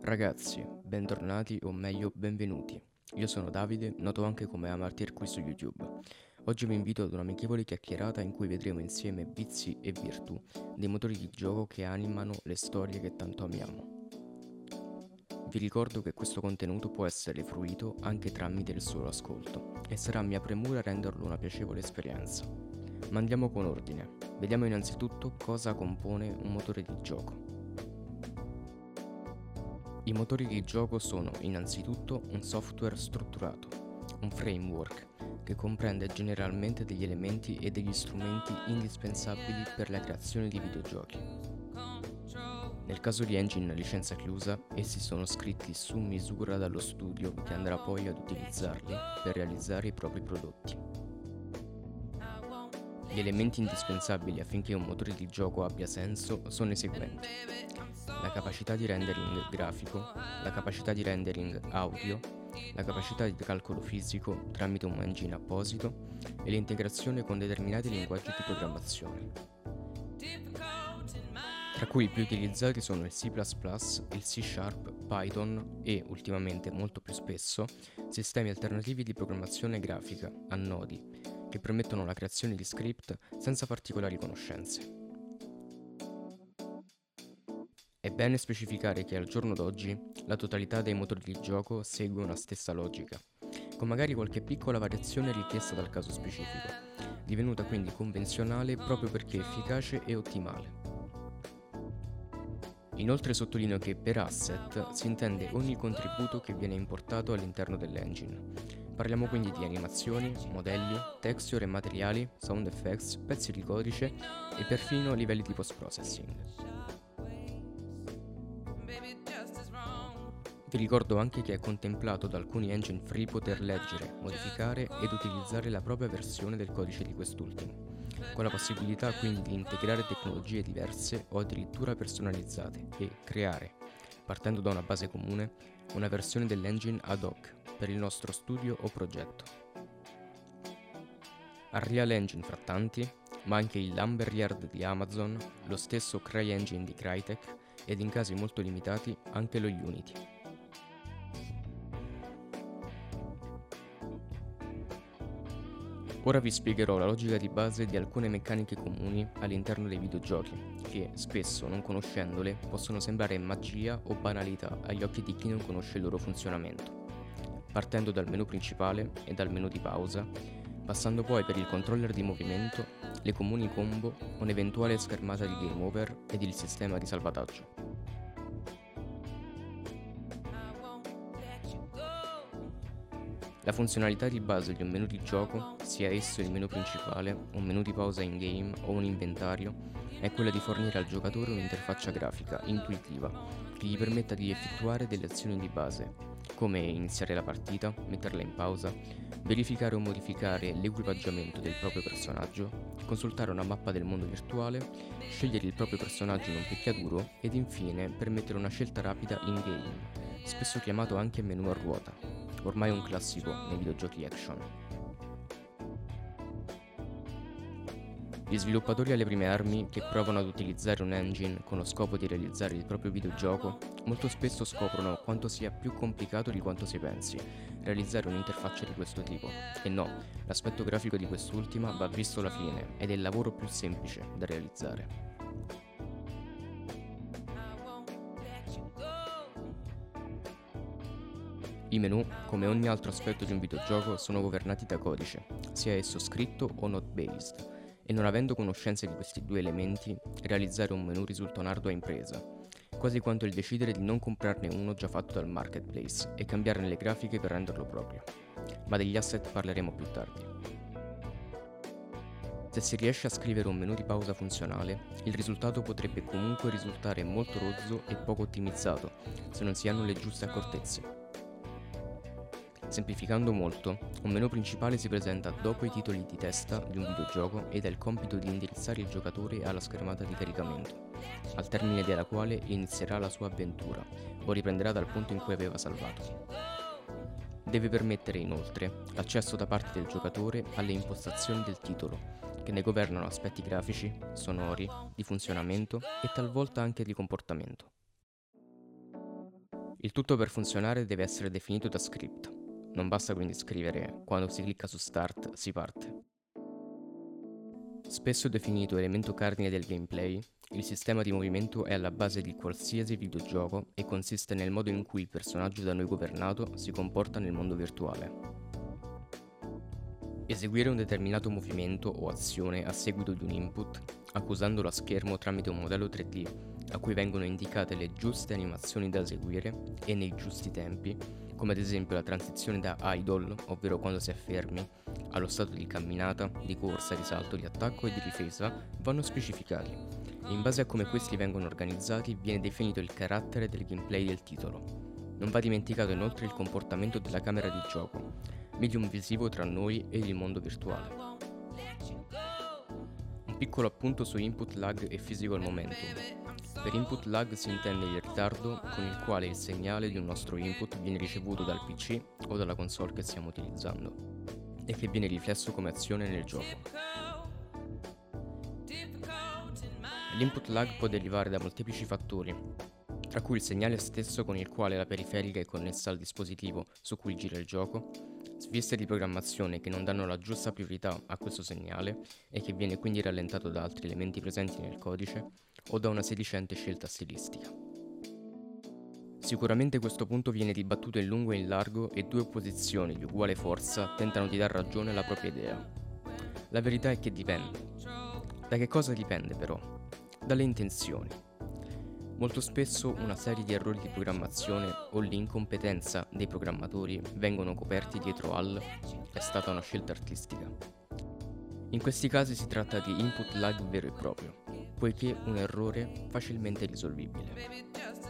Ragazzi, bentornati o meglio benvenuti. Io sono Davide, noto anche come Amartir qui su YouTube. Oggi vi invito ad un'amichevole chiacchierata in cui vedremo insieme vizi e virtù dei motori di gioco che animano le storie che tanto amiamo. Vi ricordo che questo contenuto può essere fruito anche tramite il solo ascolto e sarà mia premura renderlo una piacevole esperienza. Ma andiamo con ordine. Vediamo innanzitutto cosa compone un motore di gioco. I motori di gioco sono innanzitutto un software strutturato, un framework che comprende generalmente degli elementi e degli strumenti indispensabili per la creazione di videogiochi. Nel caso di engine a licenza chiusa, essi sono scritti su misura dallo studio che andrà poi ad utilizzarli per realizzare i propri prodotti. Gli elementi indispensabili affinché un motore di gioco abbia senso sono i seguenti: la capacità di rendering grafico, la capacità di rendering audio, la capacità di calcolo fisico tramite un engine apposito e l'integrazione con determinati linguaggi di programmazione. Tra cui i più utilizzati sono il C++, il C Sharp, Python e, ultimamente molto più spesso, sistemi alternativi di programmazione grafica, a nodi, che permettono la creazione di script senza particolari conoscenze. È bene specificare che al giorno d'oggi la totalità dei motori di gioco segue una stessa logica, con magari qualche piccola variazione richiesta dal caso specifico, divenuta quindi convenzionale proprio perché efficace e ottimale. Inoltre sottolineo che per asset si intende ogni contributo che viene importato all'interno dell'engine. Parliamo quindi di animazioni, modelli, texture e materiali, sound effects, pezzi di codice e perfino livelli di post-processing. Vi ricordo anche che è contemplato da alcuni engine free poter leggere, modificare ed utilizzare la propria versione del codice di quest'ultimo, con la possibilità quindi di integrare tecnologie diverse o addirittura personalizzate e creare, partendo da una base comune, una versione dell'engine ad hoc per il nostro studio o progetto. Unreal Engine fra tanti, ma anche il Lumberyard di Amazon, lo stesso CryEngine di Crytek ed in casi molto limitati anche lo Unity. Ora vi spiegherò la logica di base di alcune meccaniche comuni all'interno dei videogiochi, che spesso, non conoscendole, possono sembrare magia o banalità agli occhi di chi non conosce il loro funzionamento. Partendo dal menu principale e dal menu di pausa, passando poi per il controller di movimento, le comuni combo, un'eventuale schermata di game over ed il sistema di salvataggio. La funzionalità di base di un menu di gioco, sia esso il menu principale, un menu di pausa in game o un inventario, è quella di fornire al giocatore un'interfaccia grafica intuitiva che gli permetta di effettuare delle azioni di base, come iniziare la partita, metterla in pausa, verificare o modificare l'equipaggiamento del proprio personaggio, consultare una mappa del mondo virtuale, scegliere il proprio personaggio in un picchiaduro ed infine permettere una scelta rapida in game, spesso chiamato anche menu a ruota, ormai un classico nei videogiochi action. Gli sviluppatori alle prime armi che provano ad utilizzare un engine con lo scopo di realizzare il proprio videogioco molto spesso scoprono quanto sia più complicato di quanto si pensi realizzare un'interfaccia di questo tipo. E no, l'aspetto grafico di quest'ultima va visto alla fine ed è il lavoro più semplice da realizzare. I menu, come ogni altro aspetto di un videogioco, sono governati da codice, sia esso scritto o node-based, e non avendo conoscenza di questi due elementi, realizzare un menu risulta un'ardua impresa, quasi quanto il decidere di non comprarne uno già fatto dal marketplace e cambiarne le grafiche per renderlo proprio. Ma degli asset parleremo più tardi. Se si riesce a scrivere un menu di pausa funzionale, il risultato potrebbe comunque risultare molto rozzo e poco ottimizzato, se non si hanno le giuste accortezze. Semplificando molto, un menu principale si presenta dopo i titoli di testa di un videogioco ed ha il compito di indirizzare il giocatore alla schermata di caricamento, al termine della quale inizierà la sua avventura o riprenderà dal punto in cui aveva salvato. Deve permettere inoltre l'accesso da parte del giocatore alle impostazioni del titolo, che ne governano aspetti grafici, sonori, di funzionamento e talvolta anche di comportamento. Il tutto per funzionare deve essere definito da script. Non basta quindi scrivere quando si clicca su Start si parte. Spesso definito elemento cardine del gameplay, il sistema di movimento è alla base di qualsiasi videogioco e consiste nel modo in cui il personaggio da noi governato si comporta nel mondo virtuale. Eseguire un determinato movimento o azione a seguito di un input, accusandolo a schermo tramite un modello 3D a cui vengono indicate le giuste animazioni da eseguire e nei giusti tempi, come ad esempio la transizione da idle, ovvero quando si è fermi, allo stato di camminata, di corsa, di salto, di attacco e di difesa, vanno specificati. In base a come questi vengono organizzati viene definito il carattere del gameplay del titolo. Non va dimenticato inoltre il comportamento della camera di gioco, medium visivo tra noi e il mondo virtuale. Un piccolo appunto su input lag e physical momentum. Per input lag si intende il ritardo con il quale il segnale di un nostro input viene ricevuto dal PC o dalla console che stiamo utilizzando e che viene riflesso come azione nel gioco. L'input lag può derivare da molteplici fattori, tra cui il segnale stesso con il quale la periferica è connessa al dispositivo su cui gira il gioco, sviste di programmazione che non danno la giusta priorità a questo segnale e che viene quindi rallentato da altri elementi presenti nel codice o da una sedicente scelta stilistica. Sicuramente questo punto viene dibattuto in lungo e in largo e due opposizioni di uguale forza tentano di dar ragione alla propria idea. La verità è che dipende. Da che cosa dipende però? Dalle intenzioni. Molto spesso una serie di errori di programmazione o l'incompetenza dei programmatori vengono coperti dietro al "è stata una scelta artistica". In questi casi si tratta di input lag vero e proprio, poiché un errore facilmente risolvibile.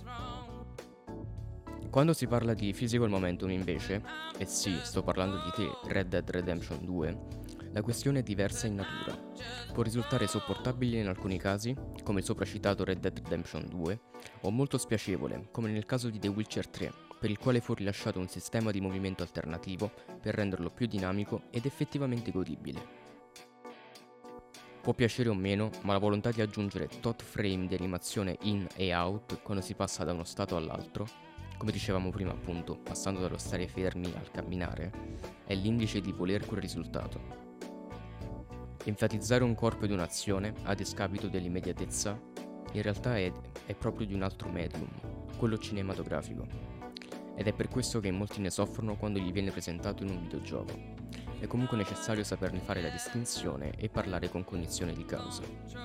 Quando si parla di physical momentum invece, e sì, sto parlando di te, Red Dead Redemption 2, la questione è diversa in natura. Può risultare sopportabile in alcuni casi, come il sopracitato Red Dead Redemption 2, o molto spiacevole, come nel caso di The Witcher 3, per il quale fu rilasciato un sistema di movimento alternativo per renderlo più dinamico ed effettivamente godibile. Può piacere o meno, ma la volontà di aggiungere tot frame di animazione in e out quando si passa da uno stato all'altro, come dicevamo prima appunto, passando dallo stare fermi al camminare, è l'indice di voler quel risultato. Enfatizzare un corpo ed un'azione a discapito dell'immediatezza in realtà è proprio di un altro medium, quello cinematografico, ed è per questo che molti ne soffrono quando gli viene presentato in un videogioco. È comunque necessario saperne fare la distinzione e parlare con cognizione di causa.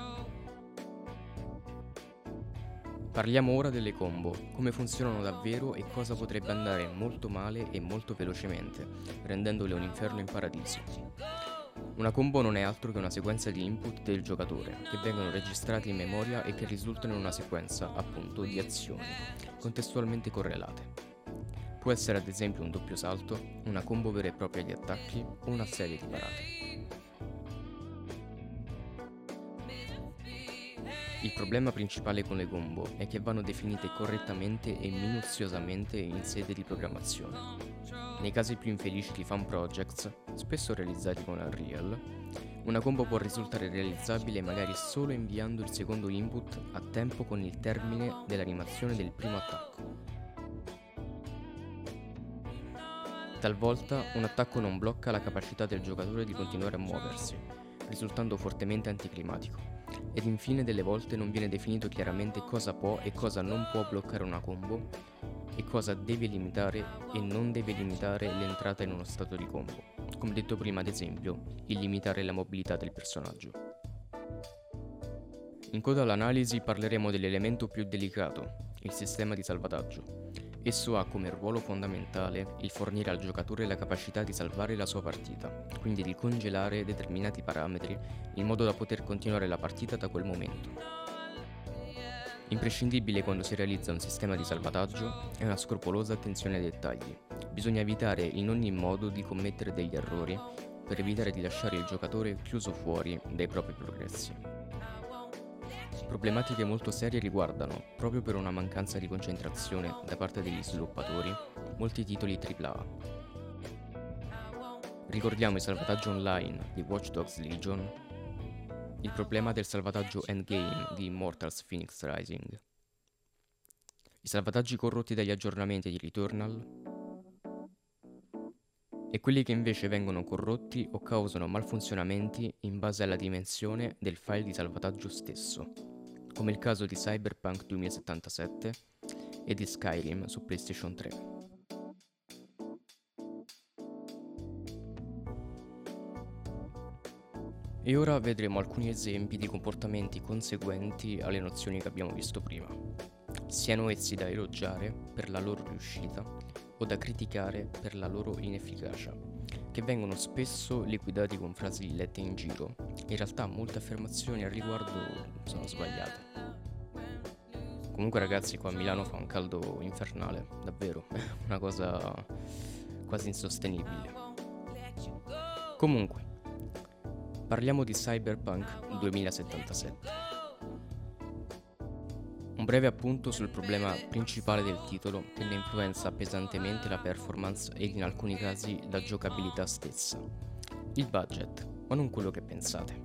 Parliamo ora delle combo, come funzionano davvero e cosa potrebbe andare molto male e molto velocemente, rendendole un inferno in paradiso. Una combo non è altro che una sequenza di input del giocatore, che vengono registrati in memoria e che risultano in una sequenza, appunto, di azioni, contestualmente correlate. Può essere ad esempio un doppio salto, una combo vera e propria di attacchi o una serie di parate. Il problema principale con le combo è che vanno definite correttamente e minuziosamente in sede di programmazione. Nei casi più infelici di fan projects, spesso realizzati con Unreal, una combo può risultare realizzabile magari solo inviando il secondo input a tempo con il termine dell'animazione del primo attacco. Talvolta un attacco non blocca la capacità del giocatore di continuare a muoversi, risultando fortemente anticlimatico. Ed infine delle volte non viene definito chiaramente cosa può e cosa non può bloccare una combo e cosa deve limitare e non deve limitare l'entrata in uno stato di combo, come detto prima ad esempio, il limitare la mobilità del personaggio. In coda all'analisi parleremo dell'elemento più delicato, il sistema di salvataggio. Esso ha come ruolo fondamentale il fornire al giocatore la capacità di salvare la sua partita, quindi di congelare determinati parametri in modo da poter continuare la partita da quel momento. Imprescindibile quando si realizza un sistema di salvataggio è una scrupolosa attenzione ai dettagli. Bisogna evitare in ogni modo di commettere degli errori per evitare di lasciare il giocatore chiuso fuori dai propri progressi. Problematiche molto serie riguardano, proprio per una mancanza di concentrazione da parte degli sviluppatori, molti titoli AAA. Ricordiamo il salvataggio online di Watch Dogs Legion, il problema del salvataggio endgame di Immortals Phoenix Rising, i salvataggi corrotti dagli aggiornamenti di Returnal e quelli che invece vengono corrotti o causano malfunzionamenti in base alla dimensione del file di salvataggio stesso, come il caso di Cyberpunk 2077 e di Skyrim su PlayStation 3. E ora vedremo alcuni esempi di comportamenti conseguenti alle nozioni che abbiamo visto prima, siano essi da elogiare per la loro riuscita o da criticare per la loro inefficacia, che vengono spesso liquidati con frasi lette in giro. In realtà molte affermazioni al riguardo sono sbagliate. Comunque ragazzi, qua a Milano fa un caldo infernale, davvero, una cosa quasi insostenibile. Comunque, parliamo di Cyberpunk 2077. Un breve appunto sul problema principale del titolo, che ne influenza pesantemente la performance e in alcuni casi la giocabilità stessa. Il budget, ma non quello che pensate.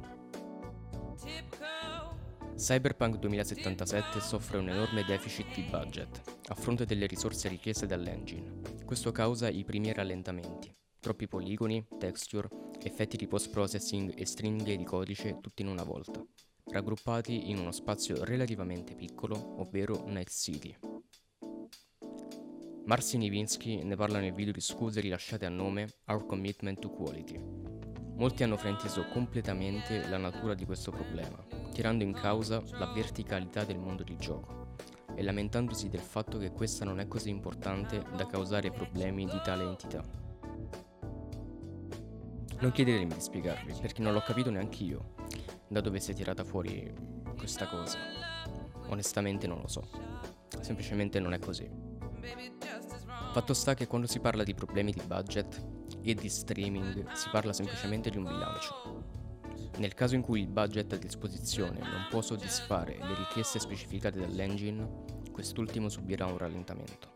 Cyberpunk 2077 soffre un enorme deficit di budget, a fronte delle risorse richieste dall'engine. Questo causa i primi rallentamenti, troppi poligoni, texture, effetti di post-processing e stringhe di codice tutti in una volta, raggruppati in uno spazio relativamente piccolo, ovvero Night City. Marcy Nivinsky ne parla nel video di scuse rilasciate a nome Our Commitment to Quality. Molti hanno frainteso completamente la natura di questo problema, tirando in causa la verticalità del mondo di gioco e lamentandosi del fatto che questa non è così importante da causare problemi di tale entità. Non chiedetemi di spiegarvi, perché non l'ho capito neanche io, da dove si è tirata fuori questa cosa. Onestamente non lo so, semplicemente non è così. Fatto sta che quando si parla di problemi di budget e di streaming si parla semplicemente di un bilancio. Nel caso in cui il budget a disposizione non può soddisfare le richieste specificate dall'engine, quest'ultimo subirà un rallentamento.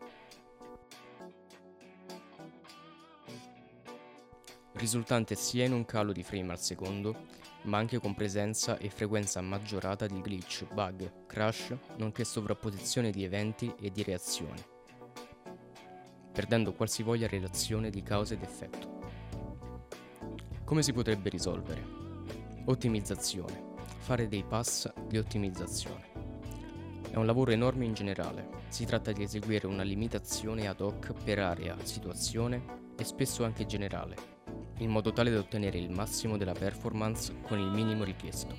Risultante sia in un calo di frame al secondo, ma anche con presenza e frequenza maggiorata di glitch, bug, crash, nonché sovrapposizione di eventi e di reazioni, perdendo qualsivoglia relazione di causa ed effetto. Come si potrebbe risolvere? Ottimizzazione. Fare dei pass di ottimizzazione. È un lavoro enorme in generale. Si tratta di eseguire una limitazione ad hoc per area, situazione e spesso anche generale, in modo tale da ottenere il massimo della performance con il minimo richiesto.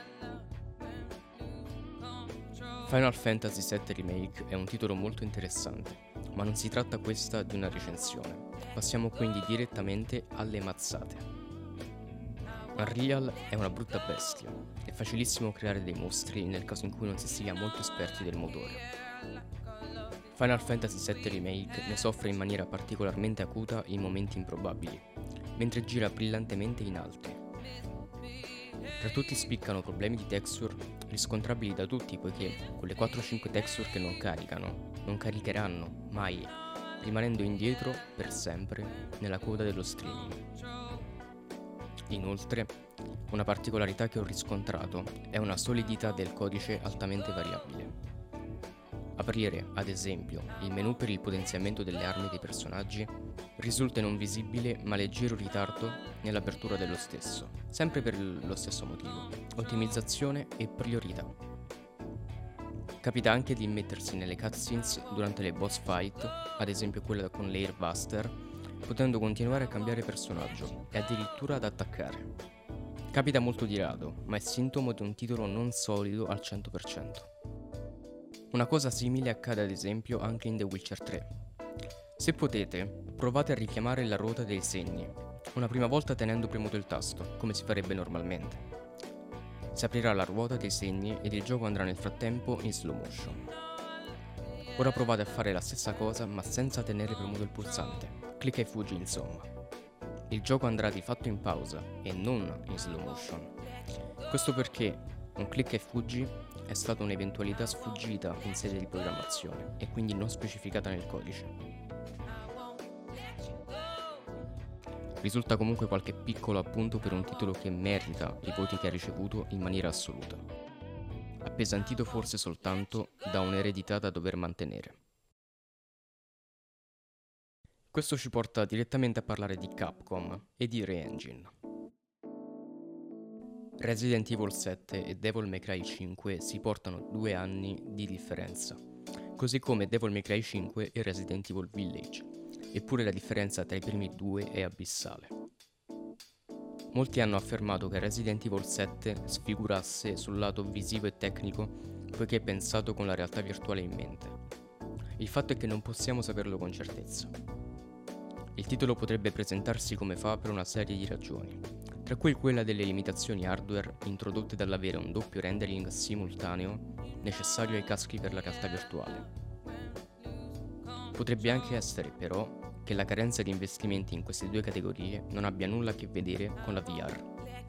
Final Fantasy VII Remake è un titolo molto interessante, ma non si tratta questa di una recensione. Passiamo quindi direttamente alle mazzate. Unreal è una brutta bestia, è facilissimo creare dei mostri nel caso in cui non si sia molto esperti del motore. Final Fantasy VII Remake ne soffre in maniera particolarmente acuta in momenti improbabili, mentre gira brillantemente in altri. Tra tutti spiccano problemi di texture riscontrabili da tutti, poiché quelle 4-5 texture che non caricano, non caricheranno mai, rimanendo indietro per sempre nella coda dello streaming. Inoltre, una particolarità che ho riscontrato è una solidità del codice altamente variabile. Aprire, ad esempio, il menu per il potenziamento delle armi dei personaggi risulta in un visibile ma leggero ritardo nell'apertura dello stesso, sempre per lo stesso motivo: ottimizzazione e priorità. Capita anche di immettersi nelle cutscenes durante le boss fight, ad esempio quella con l'Air Buster, potendo continuare a cambiare personaggio e addirittura ad attaccare. Capita molto di rado, ma è sintomo di un titolo non solido al 100%. Una cosa simile accade ad esempio anche in The Witcher 3. Se potete, provate a richiamare la ruota dei segni, una prima volta tenendo premuto il tasto, come si farebbe normalmente. Si aprirà la ruota dei segni ed il gioco andrà nel frattempo in slow motion. Ora provate a fare la stessa cosa ma senza tenere premuto il pulsante. Clicca e fuggi, insomma. Il gioco andrà di fatto in pausa e non in slow motion. Questo perché un clicca e fuggi è stata un'eventualità sfuggita in sede di programmazione e quindi non specificata nel codice. Risulta comunque qualche piccolo appunto per un titolo che merita i voti che ha ricevuto in maniera assoluta. appesantito forse soltanto da un'eredità da dover mantenere. Questo ci porta direttamente a parlare di Capcom e di Re-Engine. Resident Evil 7 e Devil May Cry 5 si portano 2 anni di differenza, così come Devil May Cry 5 e Resident Evil Village, eppure la differenza tra i primi due è abissale. Molti hanno affermato che Resident Evil 7 sfigurasse sul lato visivo e tecnico poiché è pensato con la realtà virtuale in mente. Il fatto è che non possiamo saperlo con certezza. Il titolo potrebbe presentarsi come fa per una serie di ragioni, tra cui quella delle limitazioni hardware introdotte dall'avere un doppio rendering simultaneo necessario ai caschi per la realtà virtuale. Potrebbe anche essere, però, che la carenza di investimenti in queste due categorie non abbia nulla a che vedere con la VR.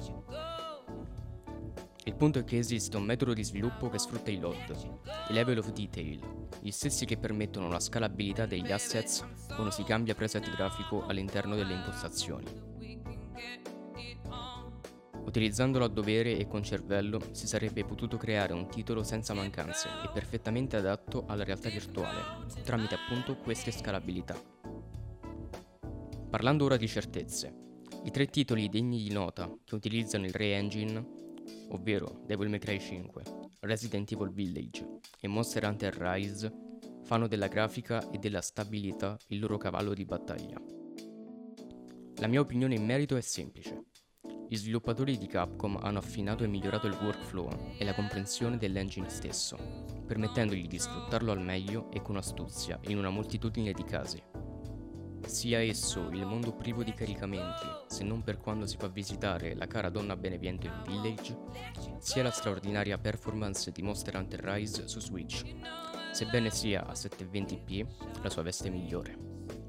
Il punto è che esiste un metodo di sviluppo che sfrutta i LOD, i Level of Detail, gli stessi che permettono la scalabilità degli assets quando si cambia preset grafico all'interno delle impostazioni. Utilizzandolo a dovere e con cervello si sarebbe potuto creare un titolo senza mancanze e perfettamente adatto alla realtà virtuale, tramite appunto queste scalabilità. Parlando ora di certezze, i 3 titoli degni di nota che utilizzano il Re-Engine, ovvero Devil May Cry 5, Resident Evil Village e Monster Hunter Rise, fanno della grafica e della stabilità il loro cavallo di battaglia. La mia opinione in merito è semplice. Gli sviluppatori di Capcom hanno affinato e migliorato il workflow e la comprensione dell'engine stesso, permettendogli di sfruttarlo al meglio e con astuzia in una moltitudine di casi. Sia esso il mondo privo di caricamenti, se non per quando si fa visitare la cara donna Beneviento in Village, sia la straordinaria performance di Monster Hunter Rise su Switch, sebbene sia a 720p la sua veste migliore.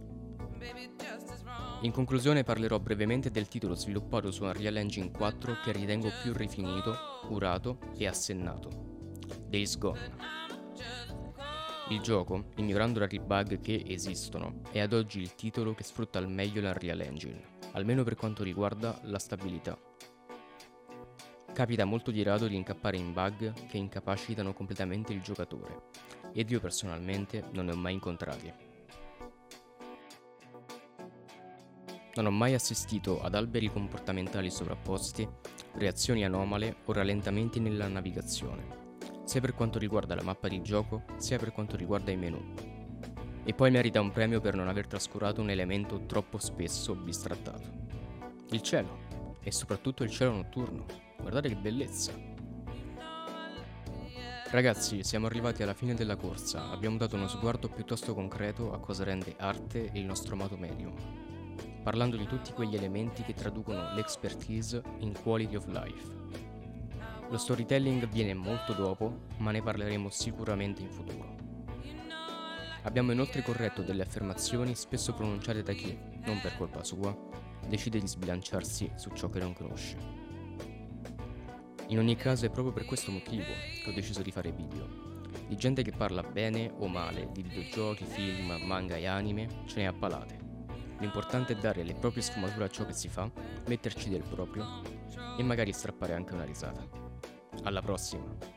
In conclusione parlerò brevemente del titolo sviluppato su Unreal Engine 4 che ritengo più rifinito, curato e assennato: Days Gone. Il gioco, ignorando rari bug che esistono, è ad oggi il titolo che sfrutta al meglio l'Unreal Engine, almeno per quanto riguarda la stabilità. Capita molto di rado di incappare in bug che incapacitano completamente il giocatore, ed io personalmente non ne ho mai incontrati. Non ho mai assistito ad alberi comportamentali sovrapposti, reazioni anomale o rallentamenti nella navigazione, sia per quanto riguarda la mappa di gioco, sia per quanto riguarda i menu. E poi merita un premio per non aver trascurato un elemento troppo spesso bistrattato: il cielo, e soprattutto il cielo notturno. Guardate che bellezza! Ragazzi, siamo arrivati alla fine della corsa, abbiamo dato uno sguardo piuttosto concreto a cosa rende arte il nostro amato medium, parlando di tutti quegli elementi che traducono l'expertise in quality of life. Lo storytelling viene molto dopo, ma ne parleremo sicuramente in futuro. Abbiamo inoltre corretto delle affermazioni spesso pronunciate da chi, non per colpa sua, decide di sbilanciarsi su ciò che non conosce. In ogni caso è proprio per questo motivo che ho deciso di fare video. Di gente che parla bene o male di videogiochi, film, manga e anime ce n'è a palate. L'importante è dare le proprie sfumature a ciò che si fa, metterci del proprio e magari strappare anche una risata. Alla prossima!